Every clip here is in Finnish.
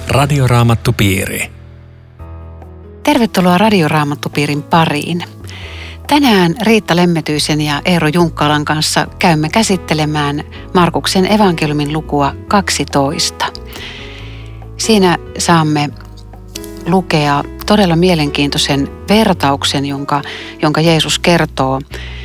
Radioraamattupiiri. Tervetuloa Radioraamattupiirin pariin. Tänään Riitta Lemmetyisen ja Eero Junkkalan kanssa käymme käsittelemään Markuksen evankeliumin lukua 12. Siinä saamme lukea todella mielenkiintoisen vertauksen, jonka Jeesus kertoo,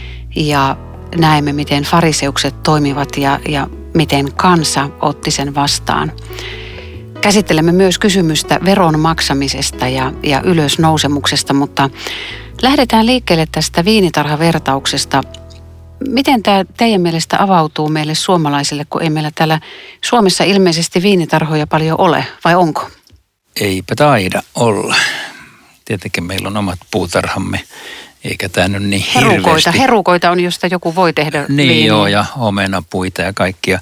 ja näemme, miten fariseukset toimivat ja miten kansa otti sen vastaan. Käsittelemme myös kysymystä veron maksamisesta ja ylösnousemuksesta, mutta lähdetään liikkeelle tästä viinitarhavertauksesta. Miten tämä teidän mielestä avautuu meille suomalaisille, kun ei meillä täällä Suomessa ilmeisesti viinitarhoja paljon ole, vai onko? Eipä taida olla. Tietenkin meillä on omat puutarhamme, eikä tämä nyt niin hirveästi. Herukoita on, josta joku voi tehdä niin viiniä. Joo, ja omenapuita ja kaikkia.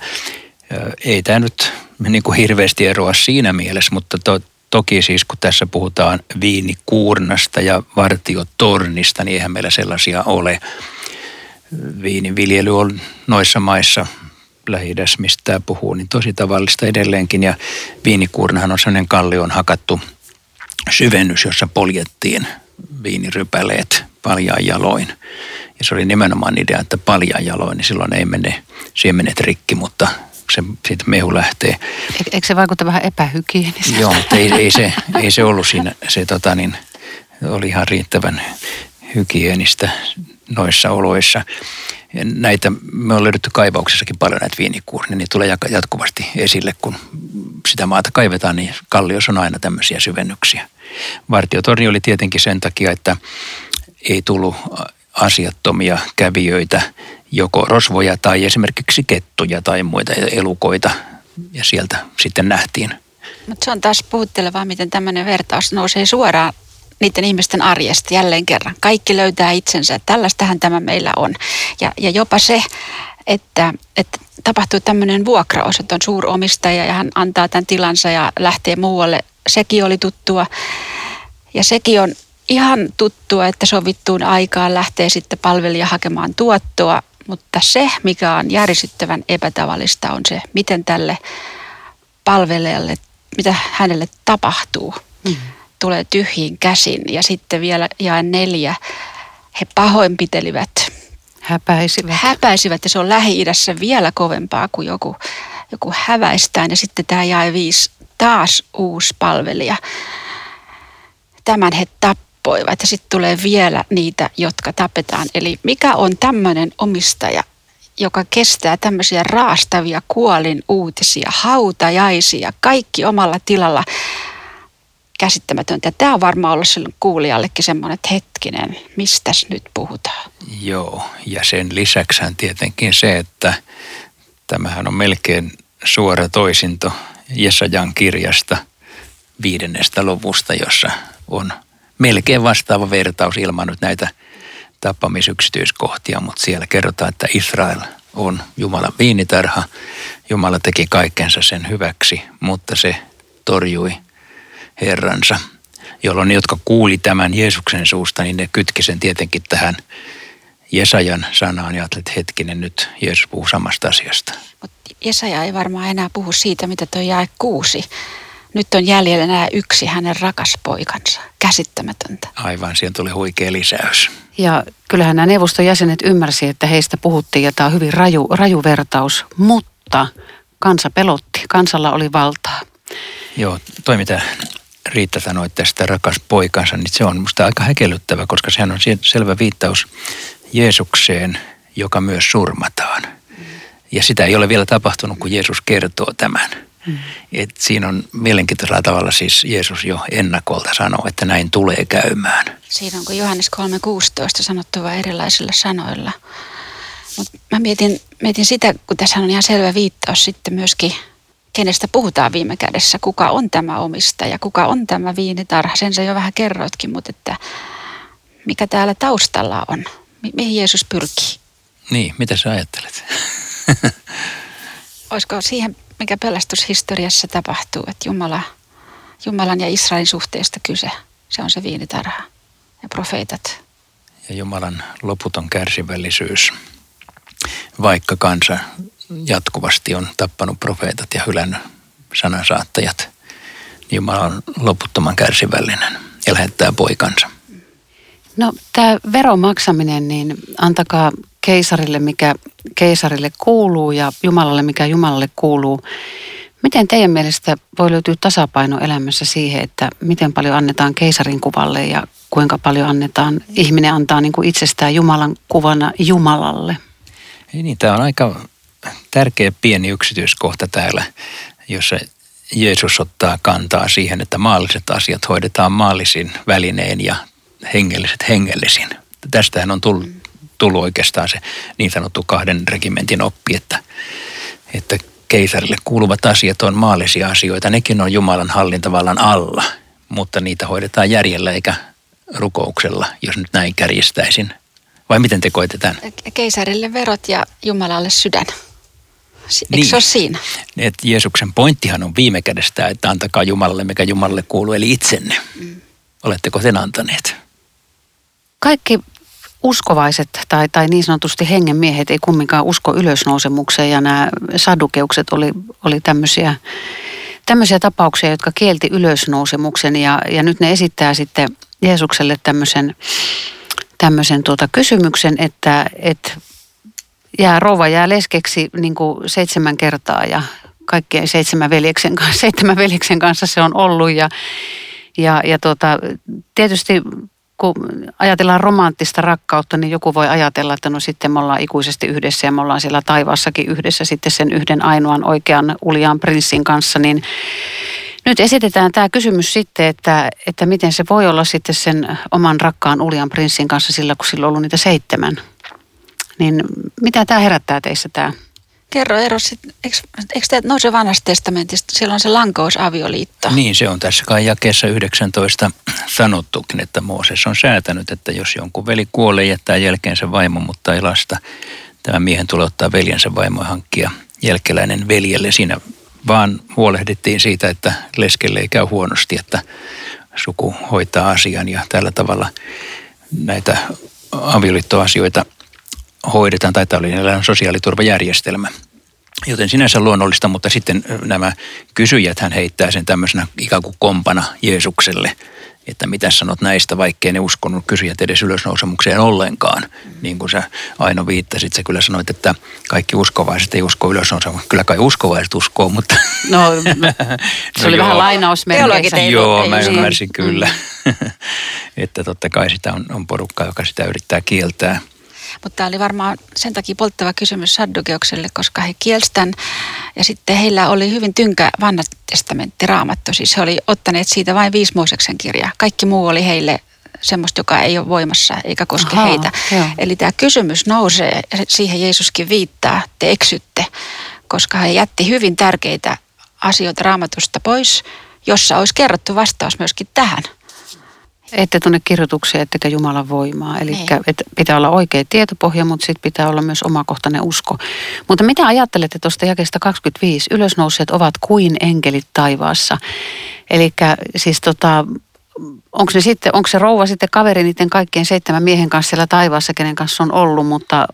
Ei tämä nyt niin kuin hirveästi eroa siinä mielessä, mutta toki siis kun tässä puhutaan viinikuurnasta ja vartiotornista, niin eihän meillä sellaisia ole. Viiniviljely on noissa maissa, Lähi-idässä, mistä tämä puhuu, niin tosi tavallista edelleenkin. Ja viinikuurnahan on sellainen kallioon hakattu syvennys, jossa poljettiin viinirypäleet paljain jaloin. Ja se oli nimenomaan idea, että paljain jaloin, niin silloin ei mene siemenet rikki, mutta siitä mehu lähtee. Eikö se vaikuta vähän epähygieniseltä? Joo, mutta ei se ollut siinä. Se oli ihan riittävän hygienistä noissa oloissa. Näitä, me on löydetty kaivauksessakin paljon näitä viinikuurnia, niin tulee jatkuvasti esille, kun sitä maata kaivetaan, niin kalliossa on aina tämmöisiä syvennyksiä. Vartiotorni oli tietenkin sen takia, että ei tullut asiattomia kävijöitä, joko rosvoja tai esimerkiksi kettuja tai muita elukoita, ja sieltä sitten nähtiin. Mutta se on taas puhuttelevaa, miten tämmöinen vertaus nousee suoraan niiden ihmisten arjesta jälleen kerran. Kaikki löytää itsensä, että tällaistähän tämä meillä on. Ja jopa se, että tapahtuu tämmöinen vuokraus, että on suuromistaja ja hän antaa tämän tilansa ja lähtee muualle. Sekin oli tuttua. Ja sekin on ihan tuttua, että sovittuun aikaan lähtee sitten palvelija hakemaan tuottoa. Mutta se, mikä on järisyttävän epätavallista, on se, miten tälle palvelijalle, mitä hänelle tapahtuu. Tulee tyhjiin käsin. Ja sitten vielä jae 4, he pahoinpitelivät. Häpäisivät ja se on Lähi-idässä vielä kovempaa kuin joku häväistään. Ja sitten tämä jae 5, taas uusi palvelija. Tämän he tappoivat ja sitten tulee vielä niitä, jotka tapetaan. Eli mikä on tämmöinen omistaja, joka kestää tämmöisiä raastavia kuolinuutisia, hautajaisia, kaikki omalla tilalla. Käsittämätöntä. Tämä on varmaan ollut silloin kuulijallekin semmoinen, että hetkinen, mistäs nyt puhutaan? Joo, ja sen lisäksihän tietenkin se, että tämähän on melkein suora toisinto Jesajan kirjasta 5. luvusta, jossa on melkein vastaava vertaus ilman nyt näitä tappamisyksityiskohtia, mutta siellä kerrotaan, että Israel on Jumalan viinitarha. Jumala teki kaikkensa sen hyväksi, mutta se torjui Herransa, jolloin ne, jotka kuuli tämän Jeesuksen suusta, niin ne kytki sen tietenkin tähän Jesajan sanaan ja ajattelivat, että hetkinen, nyt Jeesus puhuu samasta asiasta. Mutta Jesaja ei varmaan enää puhu siitä, mitä tuo jae 6. Nyt on jäljellä nämä 1 hänen rakas poikansa. Käsittämätöntä. Aivan, siihen tuli huikea lisäys. Ja kyllähän nämä neuvoston jäsenet ymmärsi, että heistä puhuttiin ja tämä on hyvin raju vertaus, mutta kansa pelotti, kansalla oli valtaa. Joo, toi mitä Riitta sanoi tästä rakas poikansa, niin se on musta aika häkellyttävä, koska sehän on selvä viittaus Jeesukseen, joka myös surmataan. Ja sitä ei ole vielä tapahtunut, kun Jeesus kertoo tämän. Et siinä on mielenkiintoisella tavalla siis Jeesus jo ennakolta sanoo, että näin tulee käymään. Siinä on kuin Johannes 3:16 sanottu vain erilaisilla sanoilla. Mutta mä mietin sitä, kun tässä on ihan selvä viittaus sitten myöskin, kenestä puhutaan viime kädessä, kuka on tämä omistaja, kuka on tämä viinitarha. Sen sä jo vähän kerroitkin, mutta että mikä täällä taustalla on, mihin Jeesus pyrkii. Niin, mitä sä ajattelet? Olisiko siihen, mikä pelastushistoriassa tapahtuu, että Jumalan ja Israelin suhteesta kyse, se on se viinitarha ja profeetat. Ja Jumalan loputon kärsivällisyys, vaikka kansa jatkuvasti on tappanut profeetat ja hylännyt sanansaattajat, Jumala on loputtoman kärsivällinen ja lähettää poikansa. No tämä veron maksaminen, niin antakaa keisarille mikä keisarille kuuluu ja Jumalalle mikä Jumalalle kuuluu. Miten teidän mielestä voi löytyä tasapaino elämässä siihen, että miten paljon annetaan keisarin kuvalle ja kuinka paljon ihminen antaa niin kuin itsestään Jumalan kuvana Jumalalle? Niin, tämä on aika tärkeä pieni yksityiskohta täällä, jossa Jeesus ottaa kantaa siihen, että maalliset asiat hoidetaan maallisin välinein ja hengelliset hengellisin. Tästähän on tullut oikeastaan se niin sanottu 2 regimentin oppi, että keisarille kuuluvat asiat on maallisia asioita. Nekin on Jumalan hallintavallan alla, mutta niitä hoidetaan järjellä eikä rukouksella, jos nyt näin kärjistäisin. Vai miten te koette tämän? Keisarille verot ja Jumalalle sydän. Eikö Niin. se ole siinä? Et Jeesuksen pointtihan on viime kädestä, että antakaa Jumalalle, mikä Jumalalle kuuluu, eli itsenne. Oletteko sen antaneet? Kaikki uskovaiset tai niin sanotusti hengenmiehet ei kumminkaan usko ylösnousemukseen ja nämä sadukeukset oli tämmöisiä tapauksia, jotka kielti ylösnousemuksen ja nyt ne esittää sitten Jeesukselle tämmöisen kysymyksen, että rouva jää leskeksi niin kuin 7 kertaa ja kaikkien 7 veljeksen kanssa se on ollut ja tietysti kun ajatellaan romanttista rakkautta, niin joku voi ajatella, että no sitten me ollaan ikuisesti yhdessä ja me ollaan siellä taivaassakin yhdessä sitten sen yhden ainoan oikean uljaan prinssin kanssa, niin nyt esitetään tämä kysymys sitten, että miten se voi olla sitten sen oman rakkaan uljan prinssin kanssa sillä, kun sillä on ollut niitä 7. Niin mitä tämä herättää teissä tämä? Kerro Eero, eikö te nouse vanhasta testamentista, siellä on se lankousavioliitto. Niin, se on tässä kai jakeessa 19 sanottukin, että Mooses on säätänyt, että jos jonkun veli kuolee, jättää jälkeensä vaimo, mutta ei lasta, tämä miehen tulee ottaa veljensä vaimo ja hankkia jälkeläinen veljelle. Siinä vaan huolehdittiin siitä, että leskelle ei käy huonosti, että suku hoitaa asian ja tällä tavalla näitä avioliittoasioita hoidetaan, tai tämä oli sosiaaliturvajärjestelmä. Joten sinänsä luonnollista, mutta sitten nämä kysyjät hän heittää sen tämmöisenä ikään kuin kompana Jeesukselle, että mitä sanot näistä, vaikkei ne uskonut kysyjät edes ylösnousemukseen ollenkaan. Niin kuin sä Aino viittasit, sä kyllä sanoit, että kaikki uskovaiset ei usko ylösnousemukseen. Kyllä kai uskovaiset uskoo, mutta... No, se oli vähän lainausmerkeissä. Joo, mä ymmärsin kyllä. Että totta kai sitä on porukka, joka sitä yrittää kieltää. Mutta tämä oli varmaan sen takia polttava kysymys saddukeukselle, koska he kielsivät tämän ja sitten heillä oli hyvin tynkä vanha testamentti, Raamattu. Siis he oli ottaneet siitä vain 5 Mooseksen kirjaa. Kaikki muu oli heille semmoista, joka ei ole voimassa eikä koske heitä. Joo. Eli tämä kysymys nousee, siihen Jeesuskin viittaa, te eksytte, koska he jätti hyvin tärkeitä asioita Raamatusta pois, jossa olisi kerrottu vastaus myöskin tähän. Ette tunne kirjoituksia, ettekä Jumalan voimaa. Eli pitää olla oikea tietopohja, mutta sitten pitää olla myös omakohtainen usko. Mutta mitä ajattelette tuosta jakeesta 25? Ylösnouseet ovat kuin enkelit taivaassa. Eli siis onko se rouva sitten kaveri niiden kaikkien 7 miehen kanssa siellä taivaassa, kenen kanssa on ollut, mutta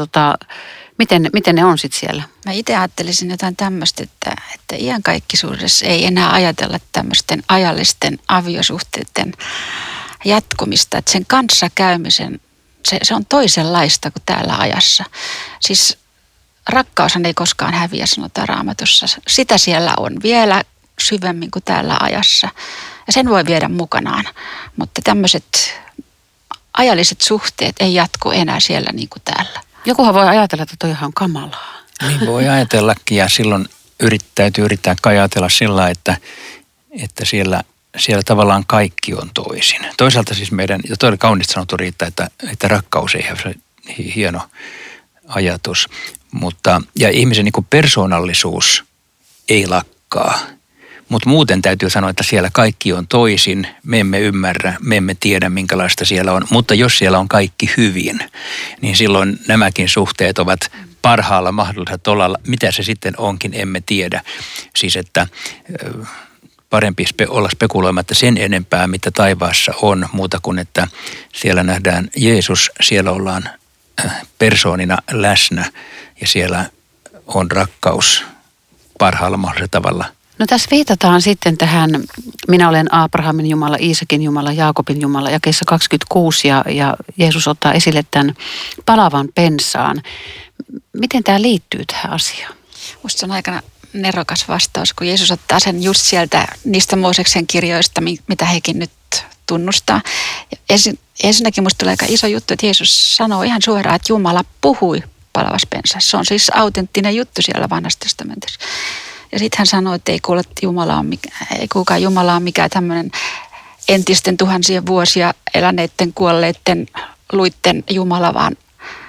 miten ne on sitten siellä? Mä itse ajattelisin jotain tämmöistä, että iankaikkisuudessa ei enää ajatella tämmöisten ajallisten aviosuhteiden jatkumista, että sen kanssakäymisen, se on toisenlaista kuin täällä ajassa. Siis rakkaushan ei koskaan häviä, sanotaan Raamatussa. Sitä siellä on vielä syvemmin kuin täällä ajassa ja sen voi viedä mukanaan, mutta tämmöiset ajalliset suhteet ei jatku enää siellä niin kuin täällä. Jokuhan voi ajatella, että toihan on kamalaa. Niin voi ajatellakin ja silloin täytyy yrittää ajatella sillä, että siellä tavallaan kaikki on toisin. Toisaalta siis ja toi oli kaunista sanottu Riitta, että rakkaus ei ole hieno ajatus, ja ihmisen niin kuin persoonallisuus ei lakkaa. Mutta muuten täytyy sanoa, että siellä kaikki on toisin, me emme ymmärrä, me emme tiedä minkälaista siellä on. Mutta jos siellä on kaikki hyvin, niin silloin nämäkin suhteet ovat parhaalla mahdollisella tolalla. Mitä se sitten onkin, emme tiedä. Siis että parempi olla spekuloimatta sen enempää, mitä taivaassa on, muuta kuin että siellä nähdään Jeesus, siellä ollaan persoonina läsnä ja siellä on rakkaus parhaalla mahdollisella tavalla No tässä viitataan sitten tähän, minä olen Abrahamin Jumala, Iisakin Jumala, Jaakobin Jumala, jakeessa 26 ja Jeesus ottaa esille tämän palavan pensaan. Miten tämä liittyy tähän asiaan? Musta se on aika nerokas vastaus, kun Jeesus ottaa sen just sieltä niistä Mooseksen kirjoista, mitä hekin nyt tunnustaa. Ensinnäkin musta tulee aika iso juttu, että Jeesus sanoo ihan suoraan, että Jumala puhui palavassa pensassa. Se on siis autenttinen juttu siellä Vanhassa testamentissa. Ja sitten hän sanoi, että ei kuulkaan Jumala on mikään tämmöinen entisten tuhansien vuosia eläneiden, kuolleiden, luitten Jumala, vaan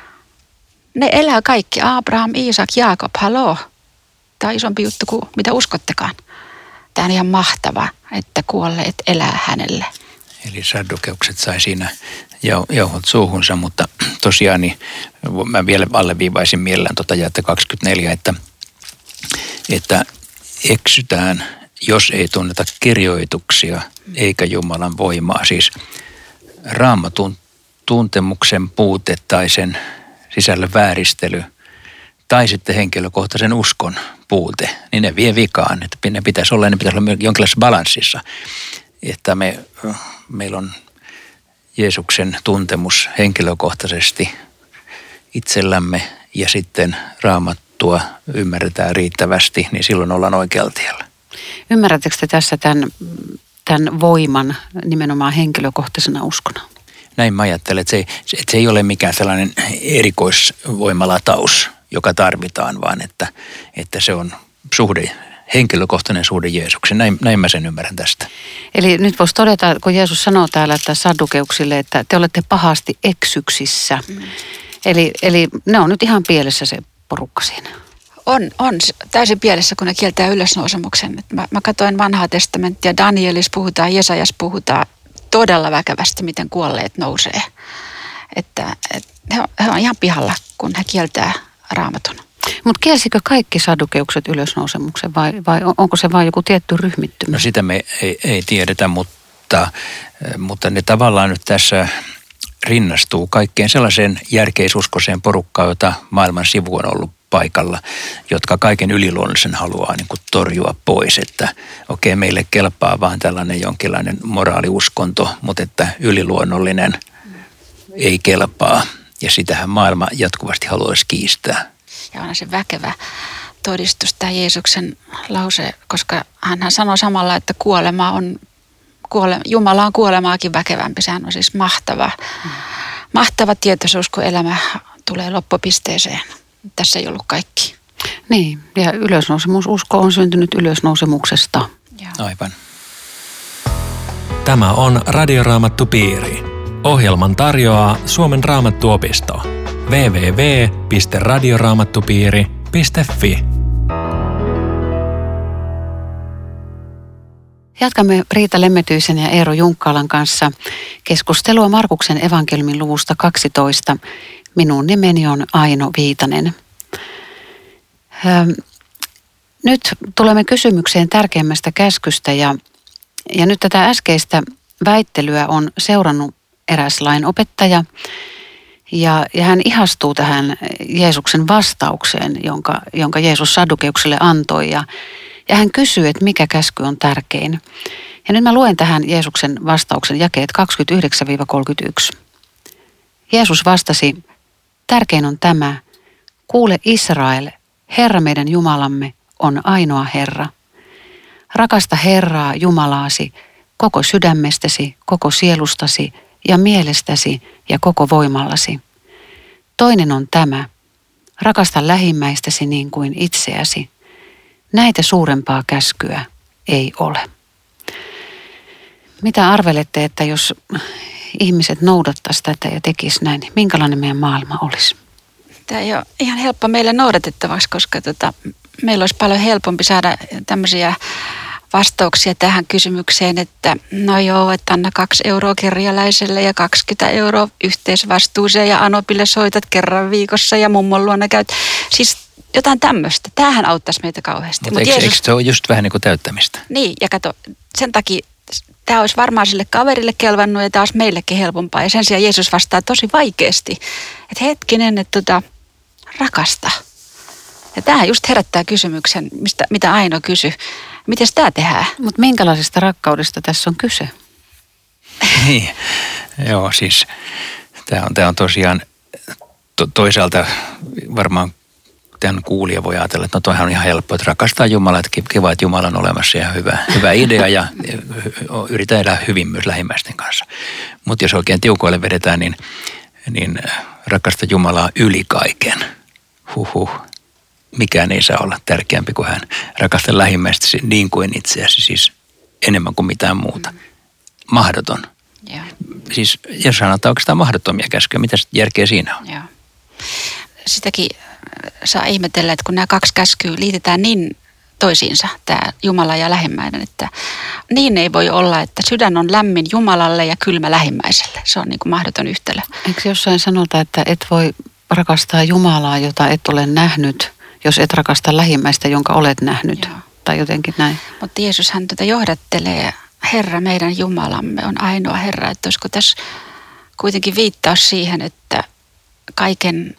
ne elää kaikki. Abraham, Iisak, Jaakob, haloo. Tämä on isompi juttu kuin mitä uskottekaan. Tämä on ihan mahtava, että kuolleet elää hänelle. Eli saddukeukset sai siinä jauhot suuhunsa, mutta tosiaan niin mä vielä alleviivaisin mielellään jaetta 24, että eksytään, jos ei tunneta kirjoituksia eikä Jumalan voimaa. Siis Raamatun tuntemuksen puute tai sen sisällön vääristely tai sitten henkilökohtaisen uskon puute, niin ne vie vikaan. Että ne pitäisi olla jonkinlaisessa balanssissa, että meillä on Jeesuksen tuntemus henkilökohtaisesti itsellämme ja sitten Raamattua ymmärretään riittävästi, niin silloin ollaan oikealla tiellä. Ymmärrättekö te tässä tämän voiman nimenomaan henkilökohtaisena uskona? Näin mä ajattelen, että se ei ole mikään sellainen erikoisvoimalataus, joka tarvitaan, vaan että se on henkilökohtainen suhde Jeesuksen. Näin mä sen ymmärrän tästä. Eli nyt voisi todeta, kun Jeesus sanoo täällä että saddukeuksille, että te olette pahasti eksyksissä. Eli ne on nyt ihan pielessä se porukka siinä. On täysin pielessä, kun ne kieltää ylösnousemuksen. Mä katsoin Vanhaa testamenttia, Danielis puhutaan, Jesajas puhutaan todella väkevästi, miten kuolleet nousee. Että he on ihan pihalla, kun he kieltää Raamatun. Mutta kielsikö kaikki saddukeukset ylösnousemuksen vai onko se vain joku tietty ryhmittymä? No sitä me ei tiedetä, mutta ne tavallaan nyt tässä rinnastuu kaikkeen sellaiseen järkeisuskoiseen porukkaan, jota maailman sivu on ollut paikalla, jotka kaiken yliluonnollisen haluaa niin kuin torjua pois, että okei, meille kelpaa vaan tällainen jonkinlainen moraaliuskonto, mutta että yliluonnollinen ei kelpaa ja sitähän maailma jatkuvasti haluaisi kiistää. Ja on se väkevä todistus tämä Jeesuksen lause, koska hän sanoo samalla, että Jumala on kuolemaakin väkevämpi. Sehän on siis mahtava tietoisuus, kun elämä tulee loppupisteeseen. Tässä ei ollut kaikki. Niin, ja ylösnousemususko on syntynyt ylösnousemuksesta. Aivan. Tämä on Radioraamattupiiri. Ohjelman tarjoaa Suomen Raamattuopisto. www.radioraamattupiiri.fi. Jatkamme Riitta Lemmetyisen ja Eero Junkkalan kanssa keskustelua Markuksen evankeliumin luvusta 12. Minun nimeni on Aino Viitanen. Nyt tulemme kysymykseen tärkeimmästä käskystä ja nyt tätä äskeistä väittelyä on seurannut eräs lainopettaja ja hän ihastuu tähän Jeesuksen vastaukseen, jonka Jeesus saddukeuksille antoi ja hän kysyy, että mikä käsky on tärkein. Ja nyt mä luen tähän Jeesuksen vastauksen jakeet 29-31. Jeesus vastasi, tärkein on tämä, kuule Israel, Herra meidän Jumalamme on ainoa Herra. Rakasta Herraa Jumalaasi koko sydämestäsi, koko sielustasi ja mielestäsi ja koko voimallasi. Toinen on tämä, rakasta lähimmäistäsi niin kuin itseäsi. Näitä suurempaa käskyä ei ole. Mitä arvelette, että jos ihmiset noudattaisi tätä ja tekisi näin, niin minkälainen meidän maailma olisi? Tämä ei ole ihan helppo meille noudatettavaksi, koska meillä olisi paljon helpompi saada tämmöisiä vastauksia tähän kysymykseen, että no joo, että anna 2 euroa kerjäläiselle ja 20 euroa yhteisvastuuseen ja Anopille soitat kerran viikossa ja mummon luona käyt. Siis jotain tämmöistä. Tämähän auttaisi meitä kauheasti. Mutta eikö se ole just vähän niin kuin täyttämistä? Niin, ja kato, sen takia tämä olisi varmaan sille kaverille kelvannut ja taas meillekin helpompaa. Ja sen sijaan Jeesus vastaa tosi vaikeasti, että hetkinen, että rakasta. Ja tämähän just herättää kysymyksen, mitä Aino kysyi. Miten tämä tehdään? Mutta minkälaisesta rakkaudesta tässä on kyse? Niin, joo siis tämä on tosiaan toisaalta varmaan tämän kuulija voi ajatella, että no toihan on ihan helppo, että rakastaa Jumalaa, että kiva, että Jumala on olemassa ja hyvä idea ja yritetään elää hyvin myös lähimmäisten kanssa. Mutta jos oikein tiukoille vedetään, niin rakasta Jumalaa yli kaiken. Mikään ei saa olla tärkeämpi kuin hän. Rakasta lähimmäistäsi niin kuin itseäsi, siis enemmän kuin mitään muuta. Mahdoton. Joo. Siis jos sanotaan oikeastaan mahdottomia käskyjä, mitä järkeä siinä on? Joo. Sitäkin saa ihmetellä, että kun nämä 2 käskyä liitetään niin toisiinsa, tämä Jumala ja lähimmäinen, että niin ei voi olla, että sydän on lämmin Jumalalle ja kylmä lähimmäiselle. Se on niin kuin mahdoton yhtälö. Eikö jossain sanota, että et voi rakastaa Jumalaa, jota et ole nähnyt, jos et rakasta lähimmäistä, jonka olet nähnyt? Joo. Tai jotenkin näin. Mutta Jeesus hän johdattelee, Herra meidän Jumalamme on ainoa Herra, että olisiko tässä kuitenkin viittaus siihen, että kaiken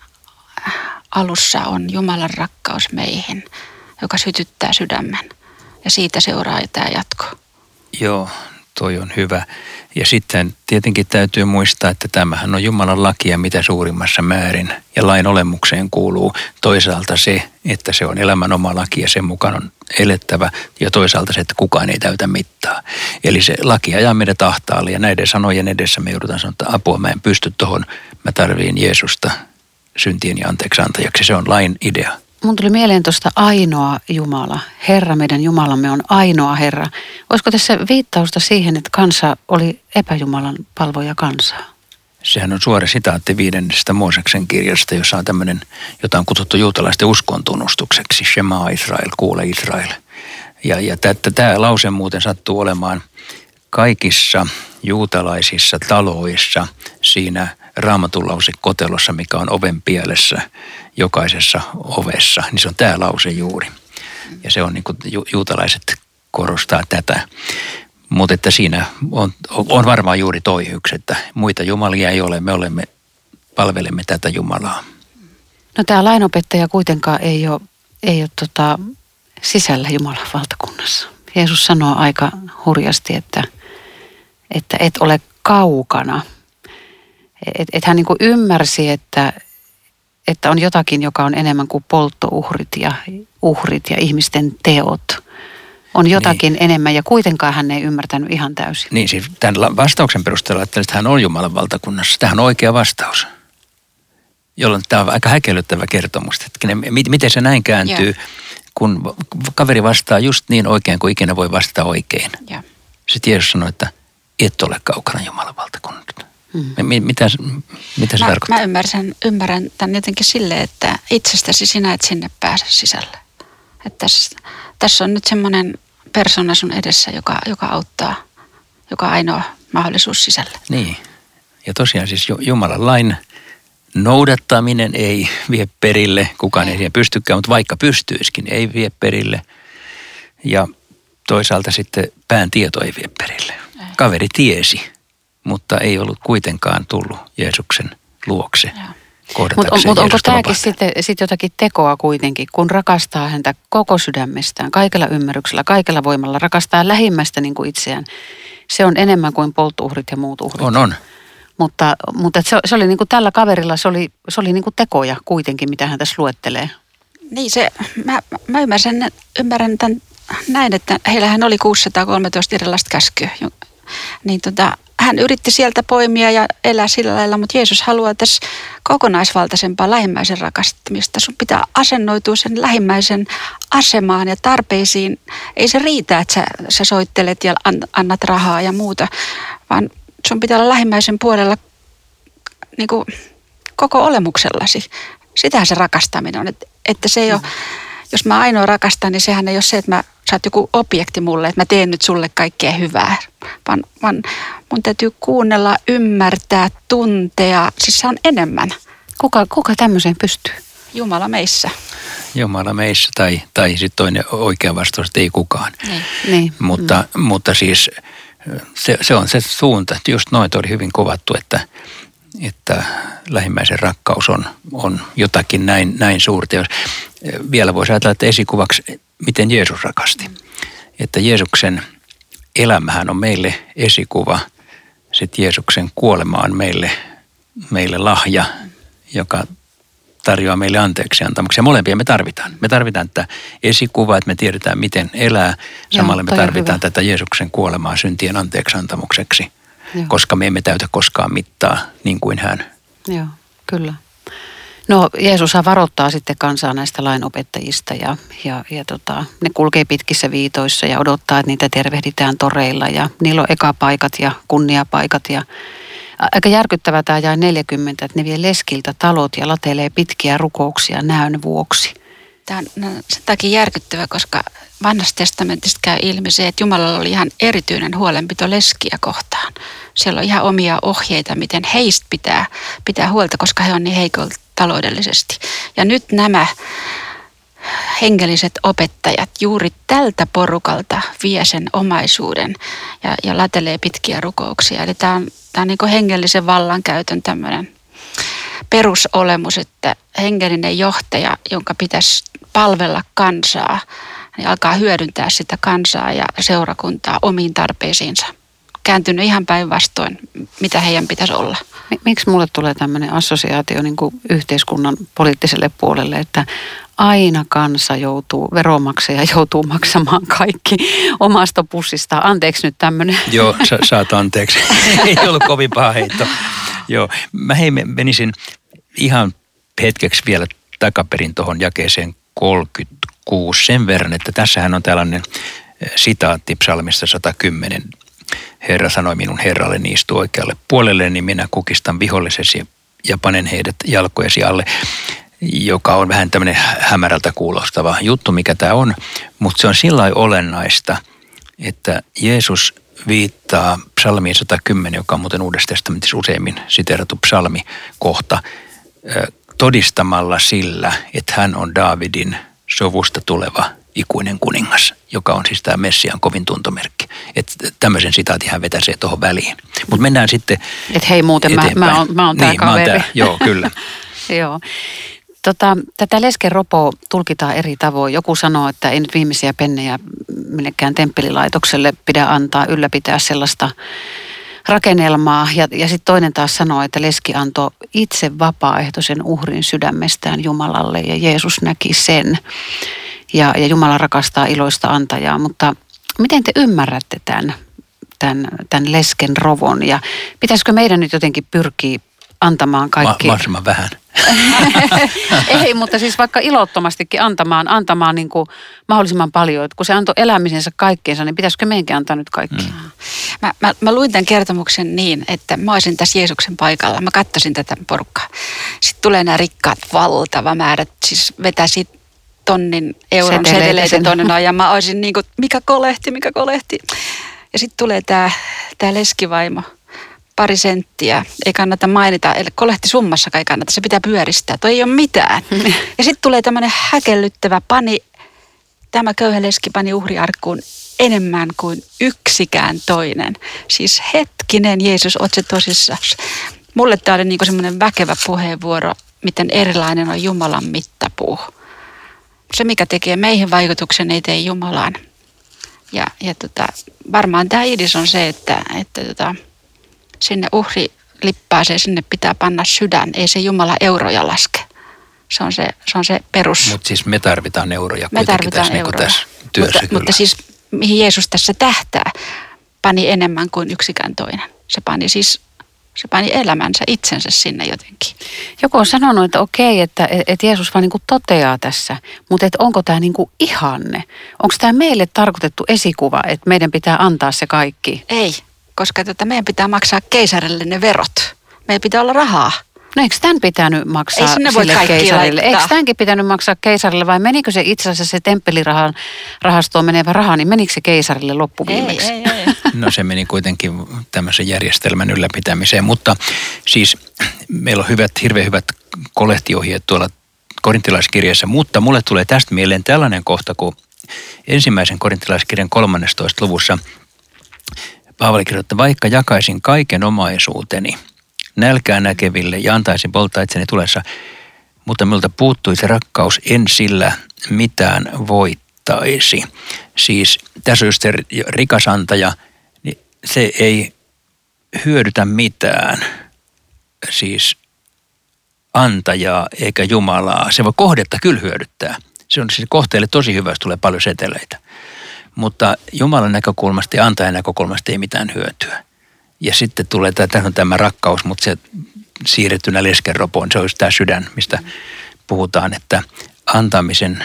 alussa on Jumalan rakkaus meihin, joka sytyttää sydämen. Ja siitä seuraa tämä jatko. Joo, toi on hyvä. Ja sitten tietenkin täytyy muistaa, että tämähän on Jumalan lakia mitä suurimmassa määrin. Ja lain olemukseen kuuluu toisaalta se, että se on elämän oma laki ja sen mukaan on elettävä. Ja toisaalta se, että kukaan ei täytä mittaa. Eli se laki ajaa meidät ahtaalle ja näiden sanojen edessä me joudutaan sanoa, että apua mä en pysty tohon, mä tarviin Jeesusta syntieni anteeksi antajaksi. Se on lain idea. Mun tuli mieleen tuosta ainoa Jumala. Herra, meidän Jumalamme on ainoa Herra. Olisiko tässä viittausta siihen, että kansa oli epäjumalan palvoja kansaa? Sehän on suora sitaatti 5. Mooseksen kirjasta, jossa on tämmöinen, jota on kutsuttu juutalaisten uskontunnustukseksi. Shema Israel, kuule Israel. Ja tämä lause muuten sattuu olemaan kaikissa juutalaisissa taloissa siinä Raamatun lausekotelossa, mikä on oven pielessä jokaisessa ovessa, niin se on tämä lause juuri. Ja se on niin kuin juutalaiset korostaa tätä. Mutta että siinä on varmaan juuri toi yksi, että muita jumalia ei ole, me palvelemme tätä Jumalaa. No tämä lainopettaja kuitenkaan ei ole sisällä Jumalan valtakunnassa. Jeesus sanoo aika hurjasti, että et ole kaukana. Että hän niin kuin ymmärsi, että on jotakin, joka on enemmän kuin polttouhrit ja ihmisten teot. On jotakin enemmän ja kuitenkaan hän ei ymmärtänyt ihan täysin. Niin, siis tämän vastauksen perusteella että hän on Jumalan valtakunnassa. Tämähän on oikea vastaus. Jolloin tämä on aika häkellyttävä kertomus. Että miten se näin kääntyy, kun kaveri vastaa just niin oikein kuin ikinä voi vastata oikein. Ja. Sitten Jeesus sanoi, että et ole kaukana Jumalan valtakunnasta. Mitä se tarkoittaa? Mä ymmärrän tämän jotenkin silleen, että itsestäsi sinä et sinne pääse sisälle. Että tässä on nyt semmoinen persona sun edessä, joka auttaa, joka on ainoa mahdollisuus sisälle. Niin. Ja tosiaan siis Jumalan lain noudattaminen ei vie perille. Kukaan ei siihen pystykään, mutta vaikka pystyisikin, ei vie perille. Ja toisaalta sitten pään tieto ei vie perille. Kaveri tiesi, mutta ei ollut kuitenkaan tullut Jeesuksen luokse. Mutta onko tämäkin sitten jotakin tekoa kuitenkin, kun rakastaa häntä koko sydämestään, kaikella ymmärryksellä, kaikella voimalla, rakastaa lähimmäistä niin kuin itseään. Se on enemmän kuin polttouhrit ja muut uhrit. On. Mutta se oli niin kuin tällä kaverilla, se oli niin kuin tekoja kuitenkin, mitä hän tässä luettelee. Niin mä ymmärrän tämän näin, että heillähän oli 613 erilaista käskyä. Niin hän yritti sieltä poimia ja elää sillä lailla, mutta Jeesus haluaa tässä kokonaisvaltaisempaa lähimmäisen rakastamista. Sun pitää asennoitua sen lähimmäisen asemaan ja tarpeisiin. Ei se riitä, että sä soittelet ja annat rahaa ja muuta, vaan sun pitää olla lähimmäisen puolella niin kuin koko olemuksellasi. Sitähän se rakastaminen on, että se ei ole, jos mä ainoa rakastan, niin sehän ei ole se, että sä oot joku objekti mulle, että mä teen nyt sulle kaikkea hyvää, vaan mun täytyy kuunnella, ymmärtää, tuntea, siis se on enemmän. Kuka tämmöiseen pystyy? Jumala meissä. Jumala meissä tai sitten toinen oikea vastaus, että ei kukaan. Niin. Mutta siis se on se suunta, että just noin oli hyvin kuvattu, että lähimmäisen rakkaus on jotakin näin suurta. Jos vielä voisi ajatella, että esikuvaksi, miten Jeesus rakasti. että Jeesuksen elämähän on meille esikuva. Sitten Jeesuksen kuolema on meille lahja, joka tarjoaa meille anteeksiantamuksen. Molempia me tarvitaan. Me tarvitaan tätä esikuvaa, että me tiedetään, miten elää. Samalla me tarvitaan tätä Jeesuksen kuolemaa syntien anteeksiantamukseksi, koska me emme täytä koskaan mittaa niin kuin hän. Joo, kyllä. No Jeesushan varoittaa sitten kansaa näistä lainopettajista ja ne kulkee pitkissä viitoissa ja odottaa, että niitä tervehditään toreilla ja niillä on ekapaikat ja kunniapaikat ja aika järkyttävää tämä jae 40, että ne vie leskiltä talot ja latelee pitkiä rukouksia näön vuoksi. Tämä on sen takia järkyttävä, koska Vanhasta testamentista käy ilmi se, että Jumalalla oli ihan erityinen huolenpito leskiä kohtaan. Siellä on ihan omia ohjeita, miten heistä pitää huolta, koska he on niin heikoilla taloudellisesti. Ja nyt nämä hengelliset opettajat juuri tältä porukalta vie sen omaisuuden ja latelee pitkiä rukouksia. Eli tämä on niin kuin hengellisen vallankäytön tämmöinen perusolemus, että hengellinen johtaja, jonka pitäisi palvella kansaa, niin alkaa hyödyntää sitä kansaa ja seurakuntaa omiin tarpeisiinsa. Kääntynyt ihan päinvastoin, mitä heidän pitäisi olla. Miksi mulle tulee tämmöinen assosiaatio niin kuin yhteiskunnan poliittiselle puolelle, että aina kansa veronmaksaja joutuu maksamaan kaikki omasta pussistaan. Anteeksi nyt tämmöinen. Joo, saat anteeksi. Ei ollut kovin paha heitto. Joo, mä menisin ihan hetkeksi vielä takaperin tuohon jakeeseen 36 sen verran, että tässähän on tällainen sitaatti psalmista 110. Herra sanoi minun herralleni, istu oikealle puolelle, niin minä kukistan vihollisesi ja panen heidät jalkojesi alle, joka on vähän tämmöinen hämärältä kuulostava juttu, mikä tämä on, mutta se on sillä lailla olennaista, että Jeesus viittaa psalmiin 110, joka on muuten Uudessa testamentissa useimmin siteerattu psalmikohta, todistamalla sillä, että hän on Daavidin sovusta tuleva ikuinen kuningas, joka on siis tämä Messiaan kovin tuntomerkki. Että tämmöisen sitaatin hän vetäisee tuohon väliin. Mutta mennään sitten että hei muuten mä oon tää kaveri. Joo, kyllä. Joo. Tätä lesken ropoa tulkitaan eri tavoin. Joku sanoo, että ei nyt viimeisiä pennejä minnekään temppelilaitokselle pidä antaa ylläpitää sellaista rakennelmaa. Ja sitten toinen taas sanoo, että leski antoi itse vapaaehtoisen uhrin sydämestään Jumalalle ja Jeesus näki sen. Ja Jumala rakastaa iloista antajaa, mutta miten te ymmärrätte tämän lesken rovon ja pitäisikö meidän nyt jotenkin pyrkiä antamaan kaikki? Mahdollisimman vähän. Ei, mutta siis vaikka ilottomastikin antamaan niin kuin mahdollisimman paljon. Että kun se antoi elämisensä kaikkeensa, niin pitäisikö meidänkin antaa nyt kaikki? Mä luin tämän kertomuksen niin, että mä olisin tässä Jeesuksen paikalla. Mä katsoisin tätä porukkaa. Sitten tulee nämä rikkaat valtava määrät, siis vetäisi €1,000 seteleitä tonne ja mä olisin niin kuin, mikä kolehti. Ja sitten tulee tämä leskivaimo. 2 senttiä, ei kannata mainita, eli kolehtisummassakaan ei kannata, se pitää pyöristää, toi ei ole mitään. Ja sitten tulee tämmöinen häkellyttävä tämä köyhä leski pani uhriarkkuun enemmän kuin yksikään toinen. Siis hetkinen, Jeesus, oot se tosissaan. Mulle tämä oli niinku semmoinen väkevä puheenvuoro, miten erilainen on Jumalan mittapuu. Se, mikä tekee meihin vaikutuksen, ei tee Jumalaan. Ja varmaan tämä idis on se, että sinne uhrilippaaseen sinne pitää panna sydän, ei se Jumala euroja laske. Se on se perus. Mutta siis me tarvitaan euroja kuitenkin tässä työssä kyllä. Mutta siis mihin Jeesus tässä tähtää, pani enemmän kuin yksikään toinen. Se pani elämänsä, itsensä sinne jotenkin. Joku on sanonut, että okei, että Jeesus vaan niin kuin toteaa tässä, mutta että onko tämä niin kuin ihanne? Onko tämä meille tarkoitettu esikuva, että meidän pitää antaa se kaikki? Ei, koska meidän pitää maksaa keisarille ne verot. Meidän pitää olla rahaa. No eikö tämän pitänyt maksaa sille keisarille? Eikö tämänkin pitänyt maksaa keisarille vai menikö se itse asiassa se temppelirahastoon menevä raha, niin menikö se keisarille loppuviimeksi? Ei. No se meni kuitenkin tämmöisen järjestelmän ylläpitämiseen, mutta siis meillä on hirveän hyvät kolehtiohjeet tuolla korintilaiskirjassa, mutta mulle tulee tästä mieleen tällainen kohta, kun ensimmäisen korintilaiskirjan 13. luvussa Paavali kirjoittaa, vaikka jakaisin kaiken omaisuuteni nälkää näkeville ja antaisin polttaa itseni tulessa, mutta minulta puuttui se rakkaus, en sillä mitään voittaisi. antaisi. Siis tässä on just se rikas antaja, niin se ei hyödytä mitään, siis antajaa eikä Jumalaa. Se voi kohdetta kyllä hyödyttää. Se on siis kohteelle tosi hyvä, jos tulee paljon seteleitä. Mutta Jumalan näkökulmasta ja antajan näkökulmasta ei mitään hyötyä. Ja sitten tulee tämä rakkaus, mutta se siirrettynä leskenropoon, se olisi tämä sydän, mistä puhutaan, että antamisen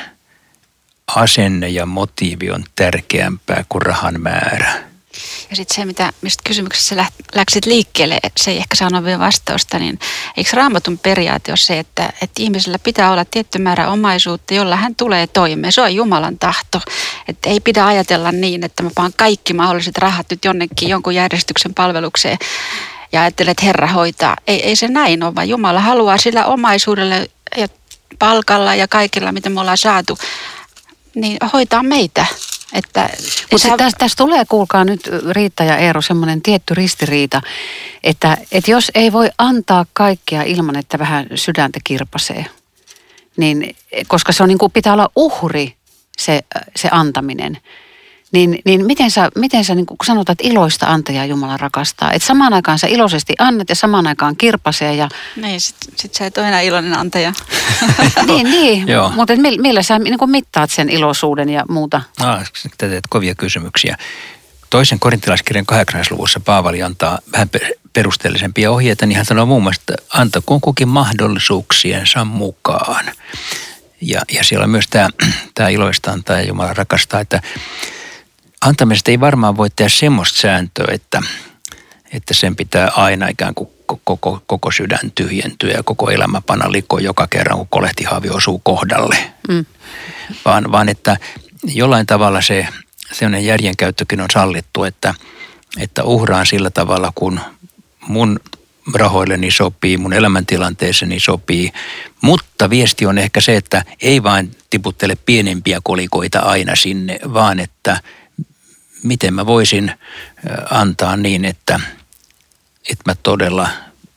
asenne ja motiivi on tärkeämpää kuin rahan määrä. Ja sitten se, mistä kysymyksessä läksit liikkeelle, se ei ehkä saanut vielä vastausta, niin eikö Raamatun periaate ole se, että ihmisellä pitää olla tietty määrä omaisuutta, jolla hän tulee toimeen. Se on Jumalan tahto. Että ei pidä ajatella niin, että mä paan kaikki mahdolliset rahat nyt jonnekin jonkun järjestyksen palvelukseen ja ajattelen, että Herra hoitaa. Ei se näin ole, vaan Jumala haluaa sillä omaisuudella ja palkalla ja kaikilla, mitä me ollaan saatu, niin hoitaa meitä. Mutta tässä tulee, kuulkaa nyt Riitta ja Eero, semmoinen tietty ristiriita, että jos ei voi antaa kaikkea ilman, että vähän sydäntä kirpasee, niin, koska se on niin kuin pitää olla uhri se antaminen, niin miten sä niin kuin sanotaan, että iloista antajaa Jumala rakastaa? Että samaan aikaan sä iloisesti annat ja samaan aikaan kirpasee. Ja... Niin, sit sä et ole enää iloinen antaja. niin. Mutta millä sä niin kuin mittaat sen iloisuuden ja muuta? Te teet kovia kysymyksiä. Toisen korintilaiskirjan 8. luvussa Paavali antaa vähän perusteellisempia ohjeita, niin hän sanoo muun muassa, että antakoon kukin mahdollisuuksiensa mukaan. Ja siellä on myös tämä iloista antaa ja Jumala rakastaa, että antamisesta ei varmaan voi tehdä semmoista sääntöä, että sen pitää aina ikään kuin koko sydän tyhjentyä ja koko elämä panna likoon joka kerran, kun kolehtihaavi osuu kohdalle. Vaan että jollain tavalla se sellainen järjenkäyttökin on sallittu, että uhraan sillä tavalla, kun mun rahoilleni sopii, mun elämäntilanteessani sopii, mutta viesti on ehkä se, että ei vain tiputtele pienempiä kolikoita aina sinne, vaan että miten mä voisin antaa niin, että mä todella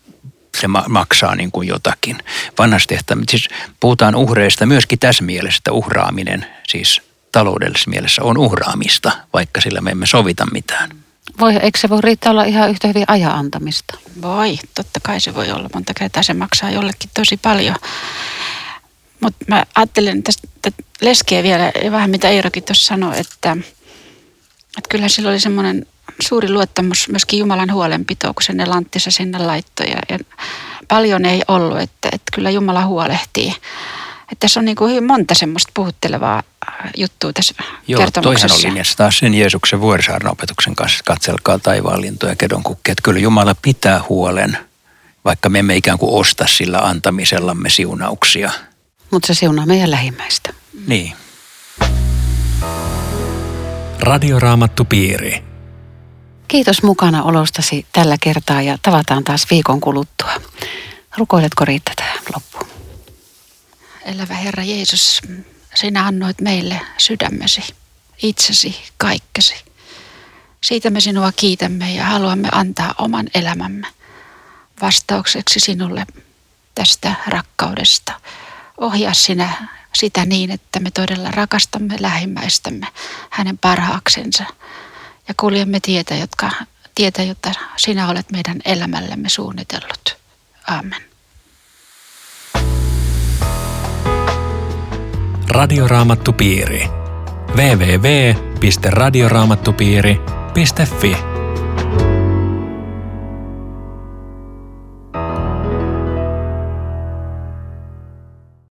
se maksaa niin kuin jotakin. Vanhassa tehtävässä, siis puhutaan uhreista myöskin tässä mielessä, että uhraaminen siis taloudellisessa mielessä on uhraamista, vaikka sillä me emme sovita mitään. Eikö se voi riittää olla ihan yhtä hyvin ajan antamista? Voi, totta kai se voi olla. Monta kertaa se maksaa jollekin tosi paljon. Mutta mä ajattelen tästä leskeä vielä vähän, mitä Eirokin tuossa sanoi, että kyllä sillä oli semmoinen suuri luottamus myöskin Jumalan huolenpitoon, kun se ne lanttinsa sinne laittoi. Ja paljon ei ollut, että kyllä Jumala huolehtii. Että tässä on niin kuin hyvin monta semmoista puhuttelevaa juttua tässä kertomuksessa. Toihan on linjassa taas sen Jeesuksen Vuorisaarnaopetuksen kanssa, katselkaa taivaan lintuja ja kedonkukkia. Että kyllä Jumala pitää huolen, vaikka me emme ikään kuin osta sillä antamisellamme siunauksia. Mutta se siunaa meidän lähimmäistä. Niin. Radioraamattupiiri. Kiitos mukana olostasi tällä kertaa ja tavataan taas viikon kuluttua. Rukoiletko Riitta tähän loppuun? Elävä Herra Jeesus, sinä annoit meille sydämesi, itsesi, kaikkesi. Siitä me sinua kiitämme ja haluamme antaa oman elämämme vastaukseksi sinulle tästä rakkaudesta. Ohjaa sinä sitä niin, että me todella rakastamme lähimmäistämme hänen parhaaksensa ja kuljemme tietä, jota sinä olet meidän elämällemme suunnitellut. Aamen. Radioraamattupiiri. www.radioraamattupiiri.fi